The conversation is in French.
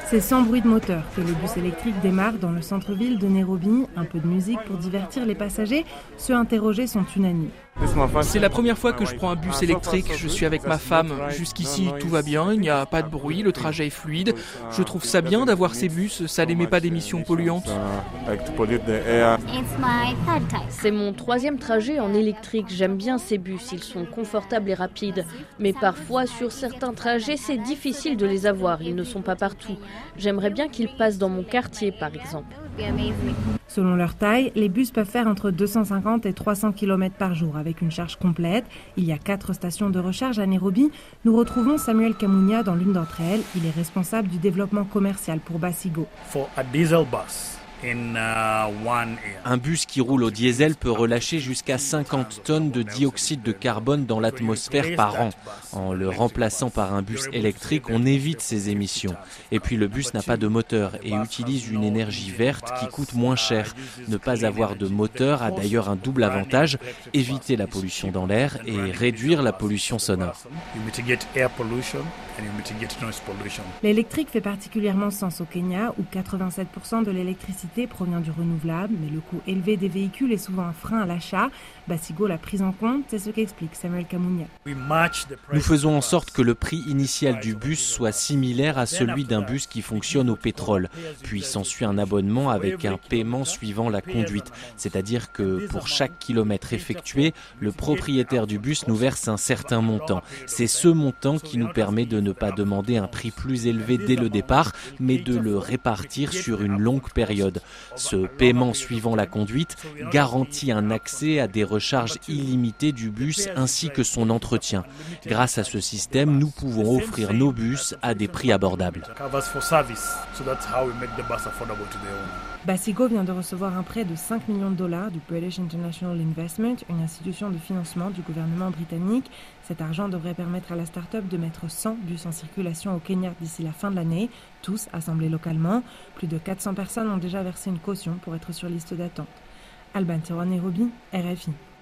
C'est sans bruit de moteur que le bus électrique démarre dans le centre-ville de Nairobi. Un peu de musique pour divertir les passagers. Ceux interrogés sont unanimes. C'est la première fois que je prends un bus électrique, je suis avec ma femme. Jusqu'ici, tout va bien, il n'y a pas de bruit, le trajet est fluide. Je trouve ça bien d'avoir ces bus, ça n'émet pas d'émissions polluantes. C'est mon 3e trajet en électrique. J'aime bien ces bus, ils sont confortables et rapides. Mais parfois, sur certains trajets, c'est difficile de les avoir, ils ne sont pas partout. J'aimerais bien qu'ils passent dans mon quartier, par exemple. Selon leur taille, les bus peuvent faire entre 250 et 300 km par jour avec une charge complète. Il y a 4 stations de recharge à Nairobi. Nous retrouvons Samuel Kamunya dans l'une d'entre elles. Il est responsable du développement commercial pour Basigo. Un bus qui roule au diesel peut relâcher jusqu'à 50 tonnes de dioxyde de carbone dans l'atmosphère par an. En le remplaçant par un bus électrique, on évite ces émissions. Et puis le bus n'a pas de moteur et utilise une énergie verte qui coûte moins cher. Ne pas avoir de moteur a d'ailleurs un double avantage, éviter la pollution dans l'air et réduire la pollution sonore. L'électrique fait particulièrement sens au Kenya où 87% de l'électricité provient du renouvelable, mais le coût élevé des véhicules est souvent un frein à l'achat. Basigo l'a prise en compte, c'est ce qu'explique Samuel Kamunya. Nous faisons en sorte que le prix initial du bus soit similaire à celui d'un bus qui fonctionne au pétrole. Puis s'ensuit un abonnement avec un paiement suivant la conduite. C'est-à-dire que pour chaque kilomètre effectué, le propriétaire du bus nous verse un certain montant. C'est ce montant qui nous permet de ne pas demander un prix plus élevé dès le départ, mais de le répartir sur une longue période. Ce paiement suivant la conduite garantit un accès à des recharges illimitées du bus ainsi que son entretien. Grâce à ce système, nous pouvons offrir nos bus à des prix abordables. Basigo vient de recevoir un prêt de 5 millions de dollars du British International Investment, une institution de financement du gouvernement britannique. Cet argent devrait permettre à la start-up de mettre 100 bus en circulation au Kenya d'ici la fin de l'année, tous assemblés localement. Plus de 400 personnes ont déjà versé une caution pour être sur liste d'attente. Alban Nairobi, RFI.